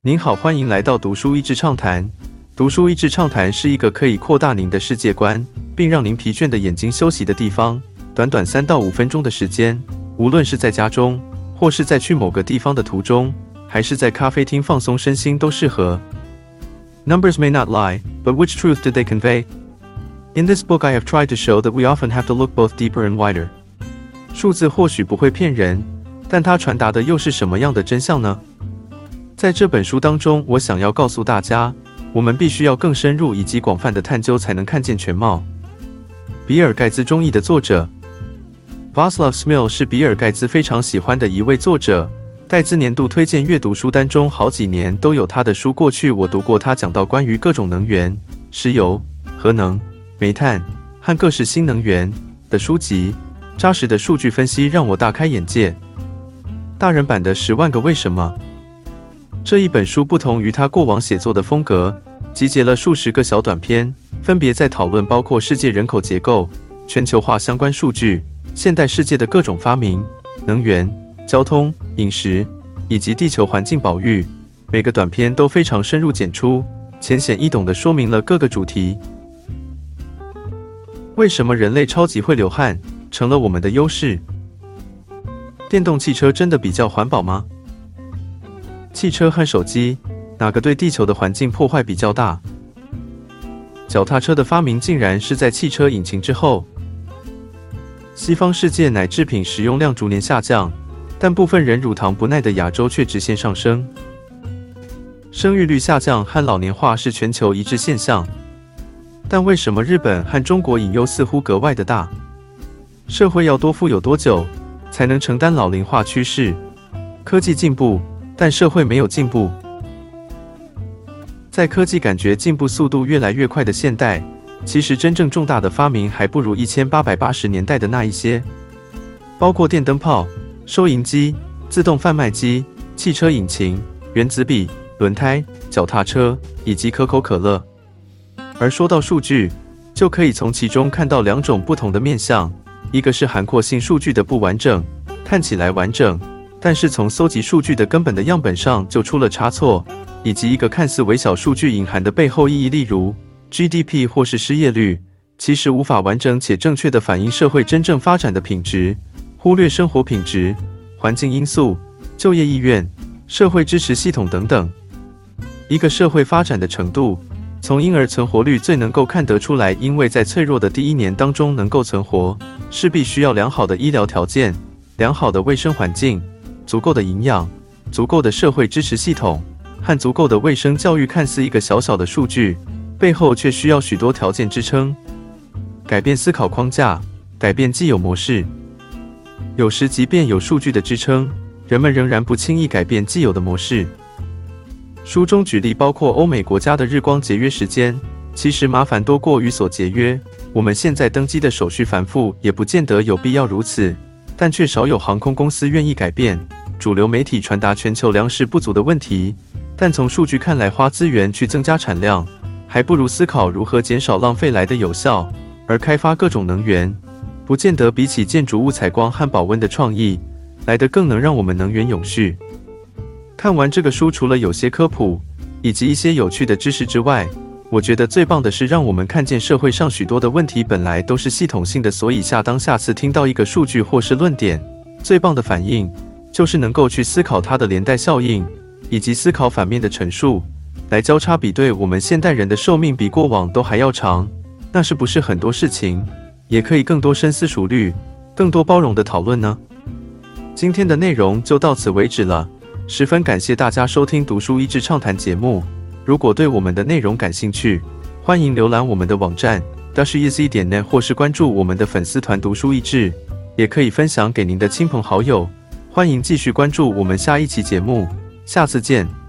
您好，欢迎来到读书益智畅谈。读书益智畅谈是一个可以扩大您的世界观，并让您疲倦的眼睛休息的地方。短短3到5分钟的时间，无论是在家中，或是在去某个地方的途中，还是在咖啡厅放松身心都适合。Numbers may not lie, but which truth did they convey? In this book I have tried to show that we often have to look both deeper and wider. 数字或许不会骗人，但它传达的又是什么样的真相呢？在这本书当中，我想要告诉大家，我们必须要更深入以及广泛的探究，才能看见全貌。比尔·盖茨中译的作者 Václav Smil 是比尔·盖茨非常喜欢的一位作者，戴兹年度推荐阅读书单中好几年都有他的书。过去我读过他讲到关于各种能源、石油、核能、煤炭和各式新能源的书籍，扎实的数据分析让我大开眼界。大人版的10万个为什么这一本书不同于他过往写作的风格，集结了数十个小短篇，分别在讨论包括世界人口结构、全球化相关数据、现代世界的各种发明、能源、交通、饮食以及地球环境保育。每个短篇都非常深入浅出、浅显易懂地说明了各个主题。为什么人类超级会流汗成了我们的优势？电动汽车真的比较环保吗？汽车和手机，哪个对地球的环境破坏比较大？脚踏车的发明竟然是在汽车引擎之后。西方世界奶制品使用量逐年下降，但部分人乳糖不耐的亚洲却直线上升。生育率下降和老年化是全球一致现象，但为什么日本和中国隐忧似乎格外的大？社会要多富有多久才能承担老龄化趋势？科技进步，但社会没有进步。在科技感觉进步速度越来越快的现代，其实真正重大的发明还不如1880年代的那一些，包括电灯泡、收银机、自动贩卖机、汽车引擎、原子笔、轮胎、脚踏车以及可口可乐。而说到数据，就可以从其中看到2种不同的面向，一个是涵括性数据的不完整，看起来完整，但是从搜集数据的根本的样本上就出了差错，以及一个看似微小数据隐含的背后意义，例如 GDP 或是失业率，其实无法完整且正确地反映社会真正发展的品质，忽略生活品质、环境因素、就业意愿、社会支持系统等等。一个社会发展的程度，从婴儿存活率最能够看得出来，因为在脆弱的第1年当中能够存活，势必需要良好的医疗条件、良好的卫生环境、足够的营养、足够的社会支持系统和足够的卫生教育。看似一个小小的数据，背后却需要许多条件支撑。改变思考框架，改变既有模式。有时即便有数据的支撑，人们仍然不轻易改变既有的模式。书中举例包括欧美国家的日光节约时间，其实麻烦多过于所节约。我们现在登机的手续繁复，也不见得有必要如此，但却少有航空公司愿意改变。主流媒体传达全球粮食不足的问题，但从数据看来，花资源去增加产量，还不如思考如何减少浪费来的有效。而开发各种能源，不见得比起建筑物采光和保温的创意来得更能让我们能源永续。看完这个书，除了有些科普以及一些有趣的知识之外，我觉得最棒的是让我们看见社会上许多的问题本来都是系统性的，所以当下次听到一个数据或是论点，最棒的反应就是能够去思考它的连带效应，以及思考反面的陈述，来交叉比对。我们现代人的寿命比过往都还要长，那是不是很多事情也可以更多深思熟虑、更多包容的讨论呢？今天的内容就到此为止了，十分感谢大家收听读书益智畅谈节目。如果对我们的内容感兴趣，欢迎浏览我们的网站 dashiz.net 或是关注我们的粉丝团读书益智，也可以分享给您的亲朋好友。欢迎继续关注我们下一期节目，下次见。